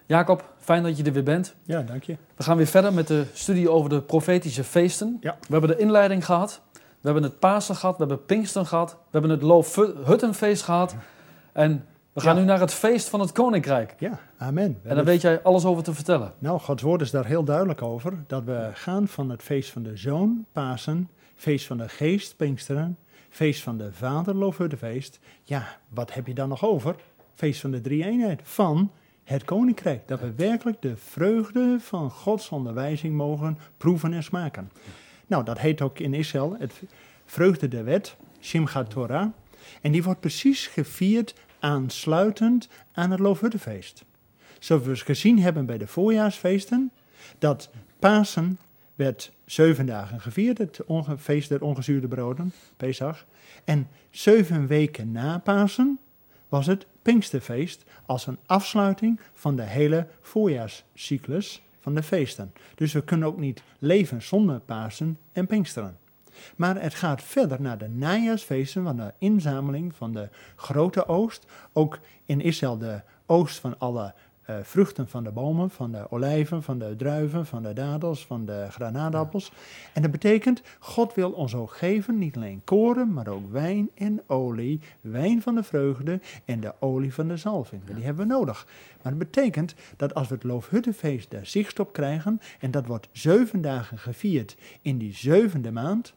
Jacob, fijn dat je er weer bent. Ja, dank je. We gaan weer verder met de studie over de profetische feesten. Ja. We hebben de inleiding gehad. We hebben het Pasen gehad. We hebben Pinksteren gehad. We hebben het Loofhuttenfeest gehad. En we gaan nu naar het feest van het Koninkrijk. Ja, amen. En daar weet jij alles over te vertellen. Nou, Gods woord is daar heel duidelijk over. Dat we gaan van het feest van de Zoon, Pasen, feest van de Geest, Pinksteren, feest van de Vader, Loofhuttenfeest. Ja, wat heb je dan nog over? Feest van de drie-eenheid, van het Koninkrijk. Dat we werkelijk de vreugde van Gods onderwijzing mogen proeven en smaken. Nou, dat heet ook in Israël het vreugde der wet, Simchat Torah. En die wordt precies gevierd aansluitend aan het Loofhuttenfeest. Zoals we gezien hebben bij de voorjaarsfeesten, dat Pasen werd 7 dagen gevierd, het feest der ongezuurde broden, Pesach. En 7 weken na Pasen was het Pinksterfeest als een afsluiting van de hele voorjaarscyclus van de feesten. Dus we kunnen ook niet leven zonder Pasen en Pinksteren. Maar het gaat verder naar de najaarsfeesten van de inzameling van de grote oogst. Ook in Israël de oogst van alle vruchten van de bomen, van de olijven, van de druiven, van de dadels, van de granaatappels. En dat betekent, God wil ons ook geven, niet alleen koren, maar ook wijn en olie. Wijn van de vreugde en de olie van de zalving. Die hebben we nodig. Maar dat betekent dat als we het Loofhuttenfeest daar zicht op krijgen, en dat wordt 7 dagen gevierd in die 7e maand,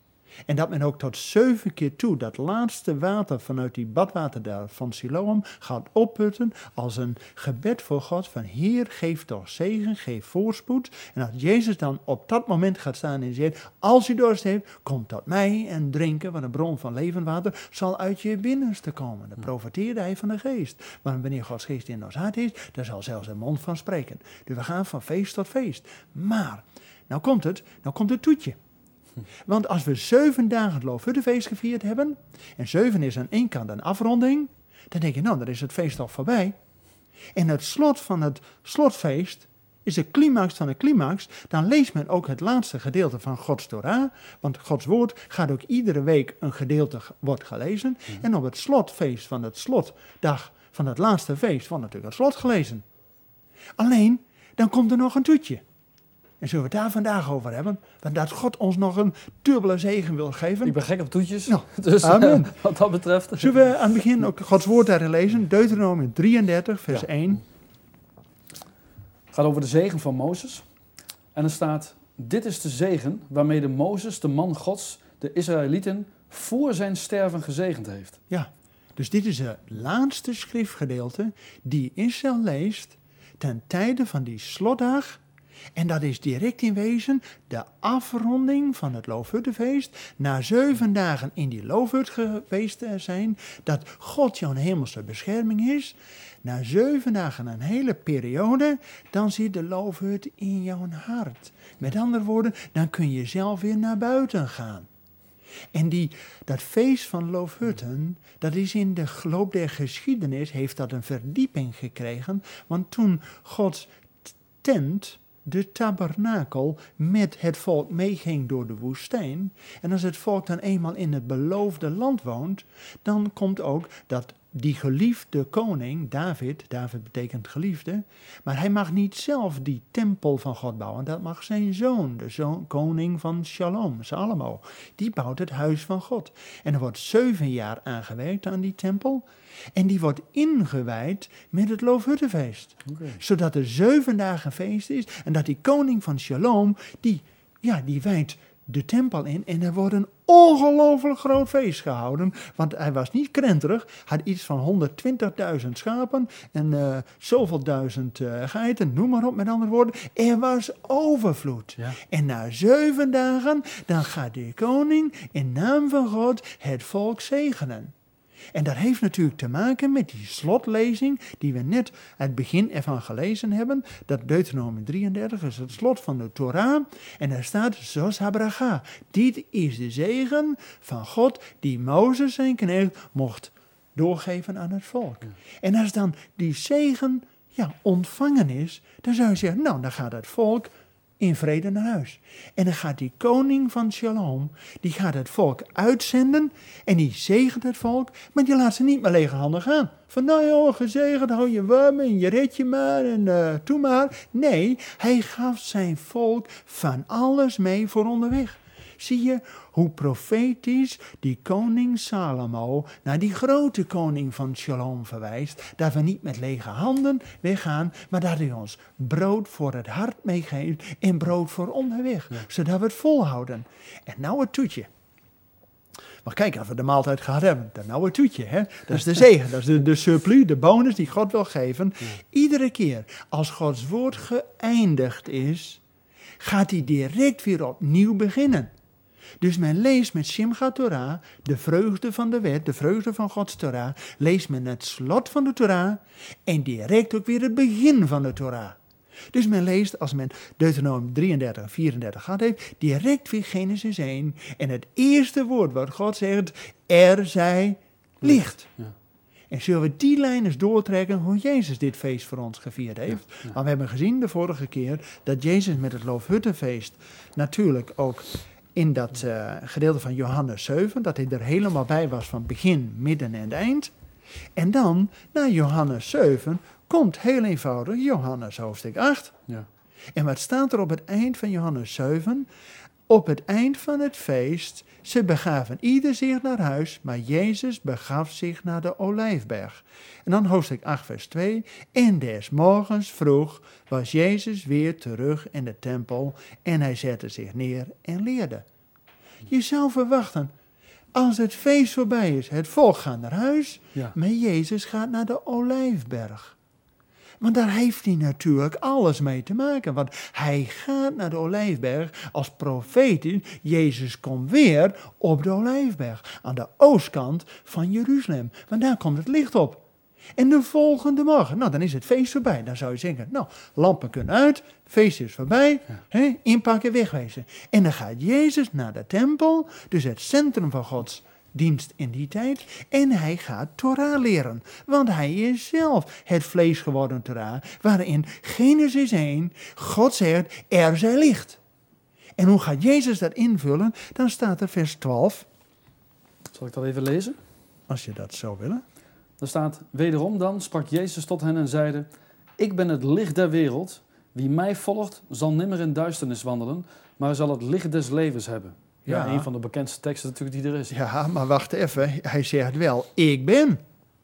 en dat men ook tot 7 keer toe dat laatste water vanuit die badwater daar van Siloam gaat opputten als een gebed voor God van Heer, geef toch zegen, geef voorspoed. En dat Jezus dan op dat moment gaat staan en zegt, als u dorst heeft, kom tot mij en drinken, want een bron van levend water zal uit je binnenste komen. Dat profeteerde hij van de geest. Maar wanneer Gods geest in ons hart is, daar zal zelfs een mond van spreken. Dus we gaan van feest tot feest. Maar, nou komt het toetje. Want als we 7 dagen het Loofhuttenfeest gevierd hebben, en 7 is aan één kant een afronding, dan denk je, nou, dan is het feest al voorbij. En het slot van het slotfeest is de climax van de climax. Dan leest men ook het laatste gedeelte van Gods Torah, want Gods woord gaat ook iedere week een gedeelte wordt gelezen. En op het slotfeest van het slotdag van het laatste feest wordt natuurlijk het slot gelezen. Alleen, dan komt er nog een toetje. En zullen we het daar vandaag over hebben? Want dat God ons nog een dubbele zegen wil geven. Ik ben gek op toetjes, Nou, dus amen. wat dat betreft. Zullen we aan het begin ook Gods woord daarin lezen? Deuteronomium 33, vers 1. Het gaat over de zegen van Mozes. En er staat, dit is de zegen waarmee Mozes, de man Gods, de Israëlieten, voor zijn sterven gezegend heeft. Ja, dus dit is het laatste schriftgedeelte die Israël leest ten tijde van die slotdag. En dat is direct in wezen de afronding van het Loofhuttenfeest. Na 7 dagen in die loofhut geweest te zijn, dat God jouw hemelse bescherming is. Na 7 dagen, een hele periode, dan zit de loofhut in jouw hart. Met andere woorden, dan kun je zelf weer naar buiten gaan. En dat feest van Loofhutten, dat is in de loop der geschiedenis, heeft dat een verdieping gekregen. Want toen Gods tent, de tabernakel, met het volk meeging door de woestijn. En als het volk dan eenmaal in het beloofde land woont, dan komt ook dat die geliefde koning, David betekent geliefde, maar hij mag niet zelf die tempel van God bouwen. Dat mag zijn zoon, koning van Shalom, Salomo. Die bouwt het huis van God. En er wordt 7 jaar aangewerkt aan die tempel. En die wordt ingewijd met het Loofhuttenfeest. Okay. Zodat er 7 dagen feest is. En dat die koning van Shalom, die wijdt de tempel in. En er wordt een ongelooflijk groot feest gehouden. Want hij was niet krenterig. Had iets van 120.000 schapen. En zoveel duizend geiten. Noem maar op, met andere woorden. Er was overvloed. Ja. En na 7 dagen, dan gaat de koning in naam van God het volk zegenen. En dat heeft natuurlijk te maken met die slotlezing die we net aan het begin ervan gelezen hebben. Dat Deuteronomium 33 is het slot van de Torah. En daar staat, zoals Habracha. Dit is de zegen van God die Mozes zijn knecht mocht doorgeven aan het volk. Ja. En als dan die zegen ontvangen is, dan zou je zeggen, nou dan gaat het volk in vrede naar huis. En dan gaat die koning van Shalom, die gaat het volk uitzenden en die zegent het volk, maar die laat ze niet meer lege handen gaan. Van nou joh, gezegend, hou je warm en je red je maar en doe maar. Nee, hij gaf zijn volk van alles mee voor onderweg. Zie je hoe profetisch die koning Salomo naar die grote koning van Shalom verwijst. Dat we niet met lege handen weggaan, maar dat hij ons brood voor het hart meegeeft en brood voor onderweg. Ja. Zodat we het volhouden. En nou het toetje. Maar kijk, als we de maaltijd gehad hebben, dan nou het toetje. Hè? Dat is de zegen, dat is de surplus, de bonus die God wil geven. Ja. Iedere keer als Gods woord geëindigd is, gaat hij direct weer opnieuw beginnen. Dus men leest met Simchat Torah, de vreugde van de wet, de vreugde van Gods Torah, leest men het slot van de Torah en direct ook weer het begin van de Torah. Dus men leest, als men Deuteronomium 33 en 34 gehad heeft, direct weer Genesis 1 en het eerste woord wat God zegt, er zij licht. Ja. En zullen we die lijn eens doortrekken hoe Jezus dit feest voor ons gevierd heeft. Ja, ja. Maar we hebben gezien de vorige keer dat Jezus met het Loofhuttenfeest natuurlijk ook in dat gedeelte van Johannes 7, dat hij er helemaal bij was van begin, midden en eind. En dan, na Johannes 7, komt heel eenvoudig Johannes hoofdstuk 8. Ja. En wat staat er op het eind van Johannes 7? Op het eind van het feest, ze begaven ieder zich naar huis, maar Jezus begaf zich naar de Olijfberg. En dan hoofdstuk 8 vers 2. En des morgens vroeg was Jezus weer terug in de tempel en hij zette zich neer en leerde. Je zou verwachten, als het feest voorbij is, het volk gaat naar huis, ja. Maar Jezus gaat naar de Olijfberg. Want daar heeft hij natuurlijk alles mee te maken. Want hij gaat naar de Olijfberg als profeet. Jezus komt weer op de Olijfberg. Aan de oostkant van Jeruzalem. Want daar komt het licht op. En de volgende morgen, nou dan is het feest voorbij. Dan zou je zeggen, nou lampen kunnen uit, feest is voorbij. Ja. Inpakken, wegwezen. En dan gaat Jezus naar de tempel. Dus het centrum van Gods dienst in die tijd. En hij gaat Torah leren. Want hij is zelf het vlees geworden Torah. Waarin Genesis 1, God zegt, er zij licht. En hoe gaat Jezus dat invullen? Dan staat er vers 12. Zal ik dat even lezen? Als je dat zou willen. Er staat, wederom dan sprak Jezus tot hen en zeide, ik ben het licht der wereld. Wie mij volgt zal nimmer in duisternis wandelen, maar zal het licht des levens hebben. Ja, een van de bekendste teksten natuurlijk die er is. Ja, maar wacht even. Hij zegt wel, ik ben.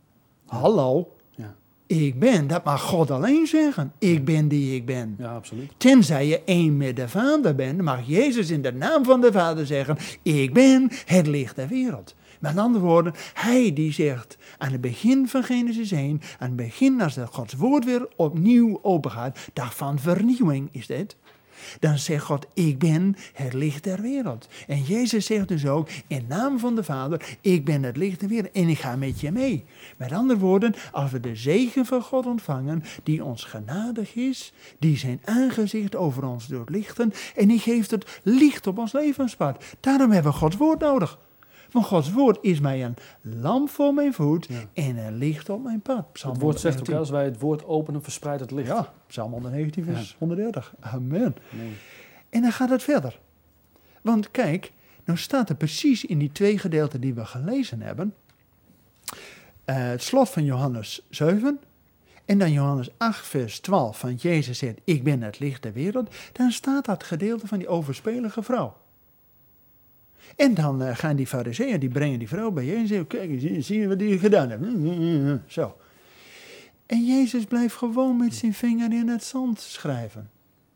Hallo. Ja. Ik ben. Dat mag God alleen zeggen. Ik ben die ik ben. Ja, absoluut. Tenzij je één met de Vader bent, dan mag Jezus in de naam van de Vader zeggen, ik ben het licht der wereld. Met andere woorden, hij die zegt aan het begin van Genesis 1, aan het begin als Gods woord weer opnieuw opengaat, dag van vernieuwing is dit. Dan zegt God, ik ben het licht der wereld. En Jezus zegt dus ook, in naam van de Vader, ik ben het licht der wereld en ik ga met je mee. Met andere woorden, als we de zegen van God ontvangen, die ons genadig is, die zijn aangezicht over ons doet lichten en die geeft het licht op ons levenspad. Daarom hebben we Gods woord nodig. Want Gods woord is mij een lamp voor mijn voet en een licht op mijn pad. Psalm het woord 119. Zegt ook, als wij het woord openen, verspreidt het licht. Ja, Psalm 119 vers 130. Amen. Nee. En dan gaat het verder. Want kijk, nou staat er precies in die twee gedeelten die we gelezen hebben. Het slot van Johannes 7. En dan Johannes 8 vers 12 van Jezus zegt, ik ben het licht der wereld. Dan staat dat gedeelte van die overspelige vrouw. En dan gaan die farizeeën, die brengen die vrouw bij Jezus en zeggen, kijk, zie je wat die gedaan heeft. Zo. En Jezus blijft gewoon met zijn vinger in het zand schrijven.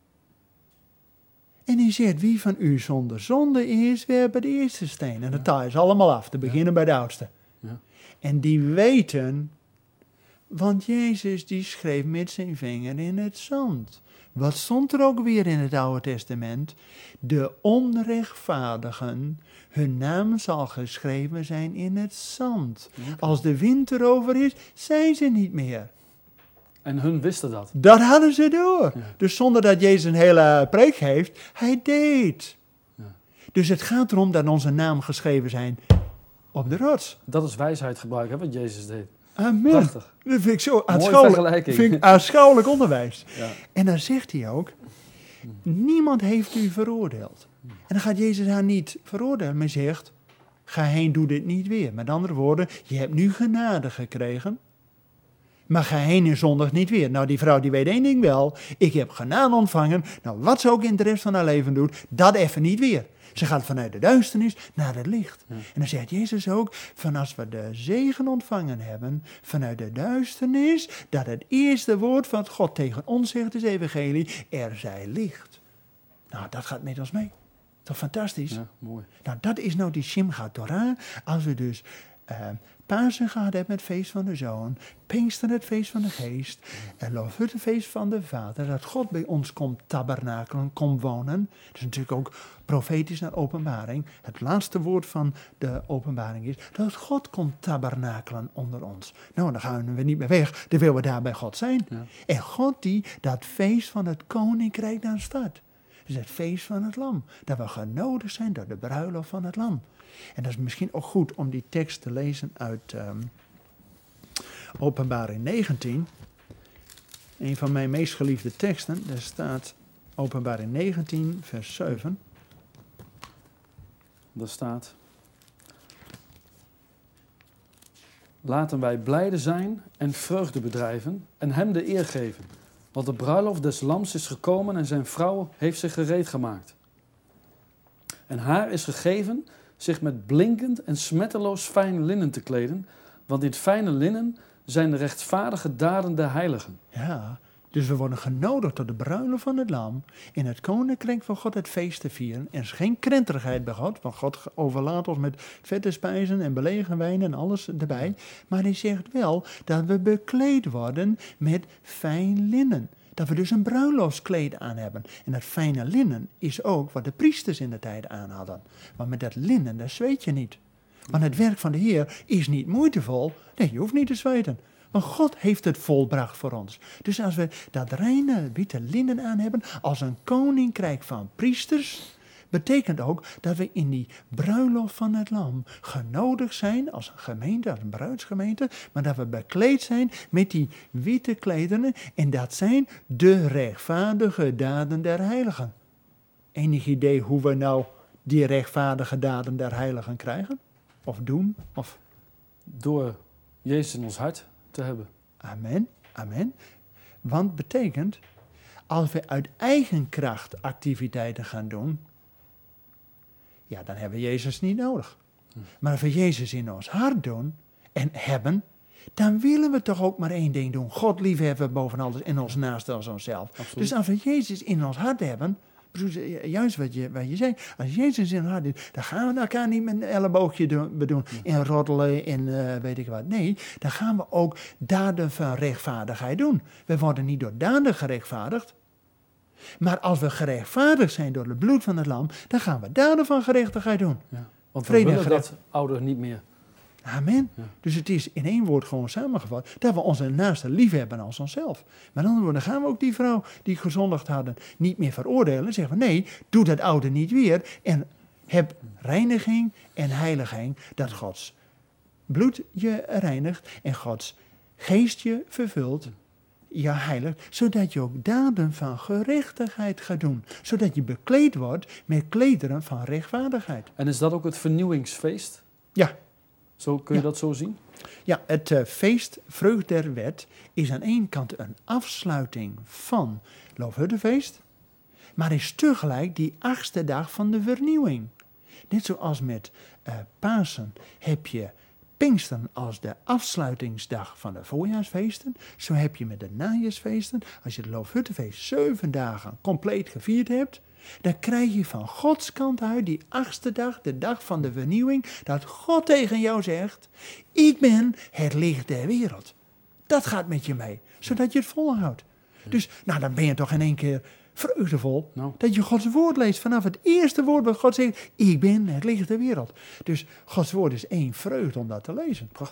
En hij zegt, wie van u zonder zonde is, werpen de eerste steen. En de taal is allemaal af, te beginnen bij de oudste. Ja. En die weten, want Jezus die schreef met zijn vinger in het zand. Wat stond er ook weer in het Oude Testament? De onrechtvaardigen, hun naam zal geschreven zijn in het zand. Okay. Als de wind erover is, zijn ze niet meer. En hun wisten dat? Dat hadden ze door. Ja. Dus zonder dat Jezus een hele preek heeft, hij deed. Ja. Dus het gaat erom dat onze naam geschreven zijn op de rots. Dat is wijsheid gebruiken, wat Jezus deed. Amen. Prachtig. Dat vind ik zo aanschouwelijk onderwijs. Ja. En dan zegt hij ook, Niemand heeft u veroordeeld. En dan gaat Jezus haar niet veroordelen, maar zegt, ga heen, doe dit niet weer. Met andere woorden, je hebt nu genade gekregen, maar ga heen en zondig niet weer. Nou, die vrouw die weet één ding wel, ik heb genade ontvangen. Nou, wat ze ook in de rest van haar leven doet, dat even niet weer. Ze gaat vanuit de duisternis naar het licht. Ja. En dan zegt Jezus ook, van als we de zegen ontvangen hebben, vanuit de duisternis, dat het eerste woord van God tegen ons zegt, het evangelie, er zij licht. Nou, dat gaat met ons mee. Toch fantastisch? Ja, mooi. Nou, dat is nou die Simchat Torah. Als we dus Pasen gehad hebben, het feest van de Zoon, Pinksteren het feest van de Geest, en Loofhut het feest van de Vader, dat God bij ons komt tabernakelen, komt wonen. Dat is natuurlijk ook profetisch naar openbaring. Het laatste woord van de openbaring is dat God komt tabernakelen onder ons. Nou, dan gaan we niet meer weg, dan willen we daar bij God zijn. Ja. En God die dat feest van het koninkrijk dan staat. Dus het feest van het lam. Dat we genodigd zijn door de bruiloft van het lam. En dat is misschien ook goed om die tekst te lezen uit Openbaring 19. Een van mijn meest geliefde teksten. Daar staat Openbaring 19 vers 7. Daar staat: laten wij blijde zijn en vreugde bedrijven en hem de eer geven. Want de bruiloft des lams is gekomen en zijn vrouw heeft zich gereed gemaakt. En haar is gegeven zich met blinkend en smetteloos fijn linnen te kleden, want in het fijne linnen zijn de rechtvaardige daden der heiligen. Ja, dus we worden genodigd tot de bruiloft van het lam, in het koninkrijk van God het feest te vieren. Er is geen krenterigheid bij God, want God overlaat ons met vette spijzen en belegen wijn en alles erbij. Maar hij zegt wel dat we bekleed worden met fijn linnen. Dat we dus een bruiloftskleed aan hebben. En dat fijne linnen is ook wat de priesters in de tijd aan hadden. Want met dat linnen, daar zweet je niet. Want het werk van de Heer is niet moeitevol. Nee, je hoeft niet te zweten. Want God heeft het volbracht voor ons. Dus als we dat reine witte linnen aan hebben, als een koninkrijk van priesters, betekent ook dat we in die bruiloft van het lam genodigd zijn als een gemeente, als een bruidsgemeente, maar dat we bekleed zijn met die witte klederen en dat zijn de rechtvaardige daden der heiligen. Enig idee hoe we nou die rechtvaardige daden der heiligen krijgen? Of doen? Of door Jezus in ons hart te hebben. Amen, amen. Want betekent, als we uit eigen kracht activiteiten gaan doen, ja, dan hebben we Jezus niet nodig. Maar als we Jezus in ons hart doen en hebben, dan willen we toch ook maar één ding doen. God liefhebben boven alles en ons naaste als onszelf. Absoluut. Dus als we Jezus in ons hart hebben, juist wat je zei, als Jezus in ons hart is, dan gaan we elkaar niet met een elleboogje doen en roddelen en weet ik wat. Nee, dan gaan we ook daden van rechtvaardigheid doen. We worden niet door daden gerechtvaardigd. Maar als we gerechtvaardigd zijn door het bloed van het lam, dan gaan we daden van gerechtigheid doen. Ja, want we willen dat ouder niet meer. Amen. Ja. Dus het is in één woord gewoon samengevat dat we onze naaste lief hebben als onszelf. Met andere woorden, dan gaan we ook die vrouw die gezondigd hadden niet meer veroordelen. Zeggen we nee, doe dat oude niet weer en heb reiniging en heiliging, dat Gods bloed je reinigt en Gods geest je vervult. Ja, heilig, zodat je ook daden van gerechtigheid gaat doen. Zodat je bekleed wordt met klederen van rechtvaardigheid. En is dat ook het vernieuwingsfeest? Ja. Zo, kun je dat zo zien? Ja, het feest Vreugd der Wet is aan één kant een afsluiting van Loofhuttenfeest, maar is tegelijk die 8e dag van de vernieuwing. Net zoals met Pasen heb je Pinksteren als de afsluitingsdag van de voorjaarsfeesten. Zo heb je met de najaarsfeesten, als je het Loofhuttenfeest 7 dagen compleet gevierd hebt, dan krijg je van Gods kant uit die 8e dag, de dag van de vernieuwing, dat God tegen jou zegt, ik ben het licht der wereld. Dat gaat met je mee, zodat je het volhoudt. Dus, nou, dan ben je toch in één keer vreugdevol dat je Gods woord leest. Vanaf het eerste woord wat God zegt, ik ben het licht der wereld. Dus Gods woord is één vreugde om dat te lezen. Prachtig.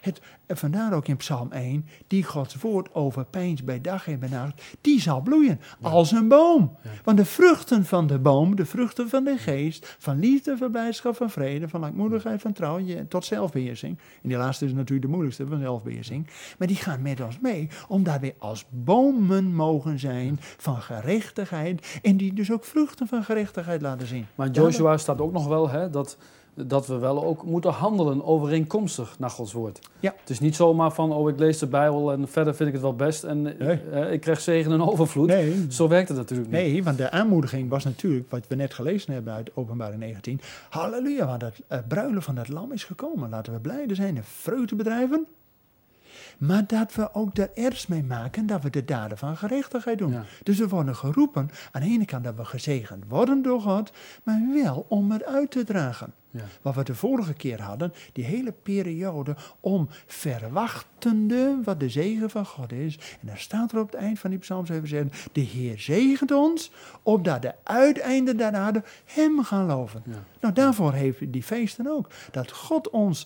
Vandaar ook in Psalm 1, die Gods woord overpeinst bij dag en bij nacht, die zal bloeien als een boom. Ja. Want de vruchten van de boom, de vruchten van de geest, van liefde, van blijdschap, van vrede, van langmoedigheid, van trouw, tot zelfbeheersing. En die laatste is natuurlijk de moeilijkste van zelfbeheersing. Maar die gaan met ons mee, omdat wij als bomen mogen zijn van gerechtigheid. En die dus ook vruchten van gerechtigheid laten zien. Maar in Joshua staat ook nog wel dat we wel ook moeten handelen overeenkomstig naar Gods woord. Ja. Het is niet zomaar van, ik lees de Bijbel en verder vind ik het wel best en ik krijg zegen en overvloed. Nee. Zo werkt het natuurlijk niet. Nee, want de aanmoediging was natuurlijk, wat we net gelezen hebben uit Openbaring 19. Halleluja, want het bruiloft van het lam is gekomen. Laten we blijde zijn en vreugde bedrijven. Maar dat we ook er ernst mee maken dat we de daden van gerechtigheid doen. Ja. Dus we worden geroepen aan de ene kant dat we gezegend worden door God, maar wel om het uit te dragen. Ja. Wat we de vorige keer hadden, die hele periode om verwachtende wat de zegen van God is. En dan staat er op het eind van die psalm 7, de Heer zegent ons, opdat de uiteinden daarna hem gaan loven. Ja. Nou, daarvoor heeft die feesten ook. Dat God ons,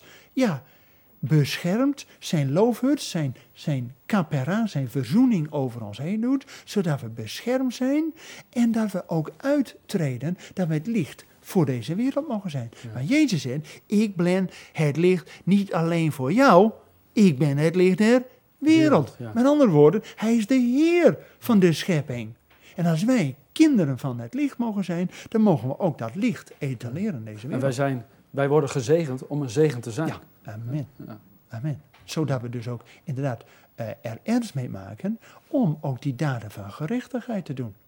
beschermt, zijn loofhut, zijn kapera, zijn verzoening over ons heen doet, zodat we beschermd zijn en dat we ook uittreden, dat we het licht voor deze wereld mogen zijn. Ja. Maar Jezus zegt, ik ben het licht niet alleen voor jou, ik ben het licht der wereld. Ja. Met andere woorden, hij is de Heer van de schepping. En als wij kinderen van het licht mogen zijn, dan mogen we ook dat licht etaleren in deze wereld. En wij worden gezegend om een zegen te zijn. Ja, amen. Ja. Amen. Zodat we dus ook inderdaad er ernst mee maken om ook die daden van gerechtigheid te doen.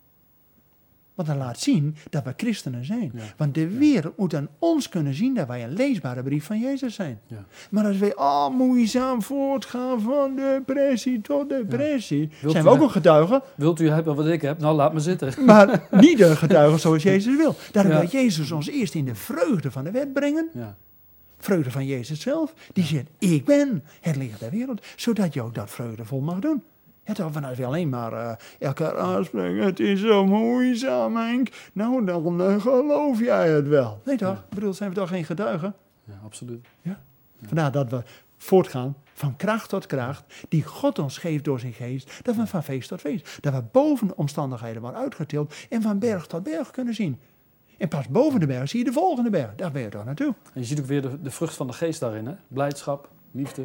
Want dat laat zien dat we christenen zijn. Ja. Want de wereld moet aan ons kunnen zien dat wij een leesbare brief van Jezus zijn. Ja. Maar als wij moeizaam voortgaan van depressie tot depressie, zijn we ook een getuige. Wilt u hebben wat ik heb? Nou, laat me zitten. Maar niet een getuige zoals Jezus wil. Daarom wil Jezus ons eerst in de vreugde van de wet brengen. Ja. Vreugde van Jezus zelf. Die zegt, ik ben het licht der wereld. Zodat je ook dat vreugdevol mag doen. Ja, toch, vanuit we alleen maar elkaar aanspreken. Het is zo moeizaam, Henk. Nou, dan geloof jij het wel. Nee toch? Ik bedoel, zijn we toch geen getuigen? Ja, absoluut. Ja? Ja. Vandaar dat we voortgaan van kracht tot kracht, die God ons geeft door zijn geest, dat we van feest tot feest, dat we boven de omstandigheden worden uitgetild en van berg tot berg kunnen zien. En pas boven de berg zie je de volgende berg. Daar ben je toch naartoe. En je ziet ook weer de vrucht van de geest daarin, hè? Blijdschap, liefde.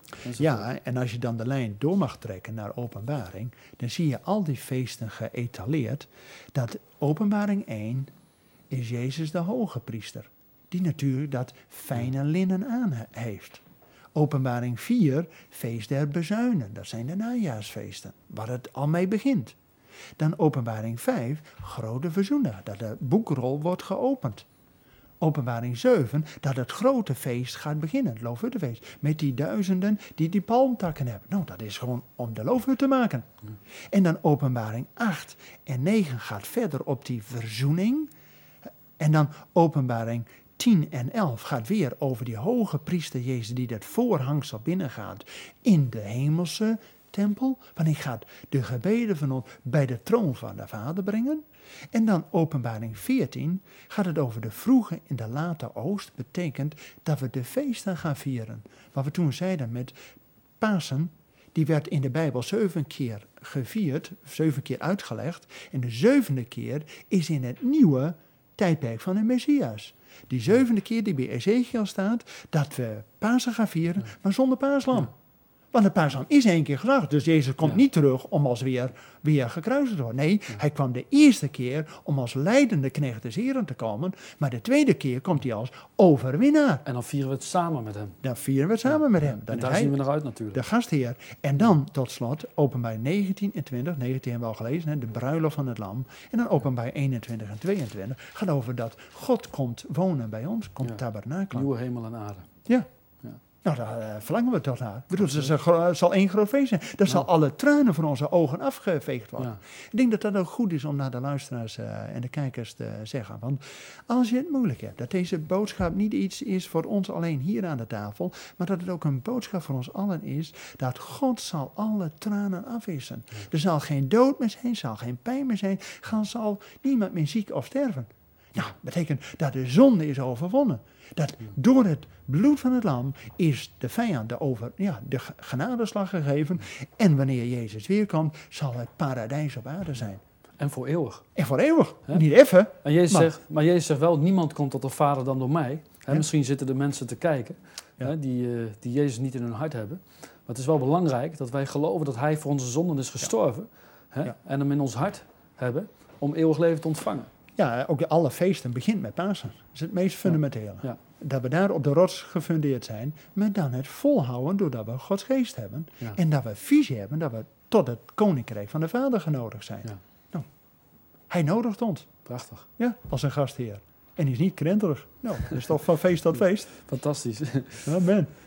Ja, en als je dan de lijn door mag trekken naar Openbaring, dan zie je al die feesten geëtaleerd. Dat Openbaring 1 is Jezus de hoge priester, die natuurlijk dat fijne linnen aan heeft. Openbaring 4, feest der bezuinen, dat zijn de najaarsfeesten, waar het al mee begint. Dan Openbaring 5, grote verzoening, dat de boekrol wordt geopend. Openbaring 7, dat het grote feest gaat beginnen, het loofhuttenfeest. Met die duizenden die palmtakken hebben. Nou, dat is gewoon om de loofhut te maken. Ja. En dan Openbaring 8 en 9 gaat verder op die verzoening. En dan Openbaring 10 en 11 gaat weer over die hoge priester Jezus die dat voorhangsel binnengaat in de hemelse tempel. Wanneer gaat de gebeden van ons bij de troon van de Vader brengen. En dan Openbaring 14 gaat het over de vroege en de late oost. Betekent dat we de feesten gaan vieren. Wat we toen zeiden met Pasen, die werd in de Bijbel 7 keer gevierd, 7 keer uitgelegd. En de 7e keer is in het nieuwe tijdperk van de Messias. Die 7e keer die bij Ezekiel staat, dat we Pasen gaan vieren, maar zonder paaslam. Ja. Want de paaslam is 1 keer geslacht. Dus Jezus komt niet terug om als weer gekruisigd te worden. Nee, hij kwam de eerste keer om als leidende knecht des Heren te komen. Maar de tweede keer komt hij als overwinnaar. En dan vieren we het samen met hem. Dan vieren we het samen met hem. Dan en daar zien we nog uit natuurlijk. De gastheer. En dan tot slot Openbaring 19 en 20. 19 hebben we al gelezen, hè, de bruiloft van het lam. En dan Openbaring 21 en 22 gaat over dat God komt wonen bij ons. Komt tabernakelen. Nieuwe hemel en aarde. Ja. Nou, daar verlangen we tot naar. Ik bedoel, het zal 1 groot feest zijn. Dat zal alle tranen van onze ogen afgeveegd worden. Ja. Ik denk dat dat ook goed is om naar de luisteraars en de kijkers te zeggen. Want als je het moeilijk hebt, dat deze boodschap niet iets is voor ons alleen hier aan de tafel, maar dat het ook een boodschap voor ons allen is, dat God zal alle tranen afwissen. Er zal geen dood meer zijn, zal geen pijn meer zijn, zal niemand meer ziek of sterven. Ja, betekent dat de zonde is overwonnen. Dat door het bloed van het lam is de vijand de genadeslag gegeven. En wanneer Jezus weer komt, zal het paradijs op aarde zijn. En voor eeuwig. En voor eeuwig. Hè? Niet even. En maar Jezus zegt wel, niemand komt tot de Vader dan door mij. Hè, Ja. Misschien zitten er mensen te kijken hè, die Jezus niet in hun hart hebben. Maar het is wel belangrijk dat wij geloven dat hij voor onze zonden is gestorven. Hè, en hem in ons hart hebben om eeuwig leven te ontvangen. Ja, ook alle feesten begint met Pasen. Dat is het meest fundamentele. Ja. Dat we daar op de rots gefundeerd zijn, maar dan het volhouden doordat we Gods geest hebben. Ja. En dat we visie hebben, dat we tot het koninkrijk van de Vader genodigd zijn. Ja. Nou, hij nodigt ons, Prachtig. ja, als een gastheer. En hij is niet krenterig. Nou, dat is toch van feest tot feest. Fantastisch. Amen.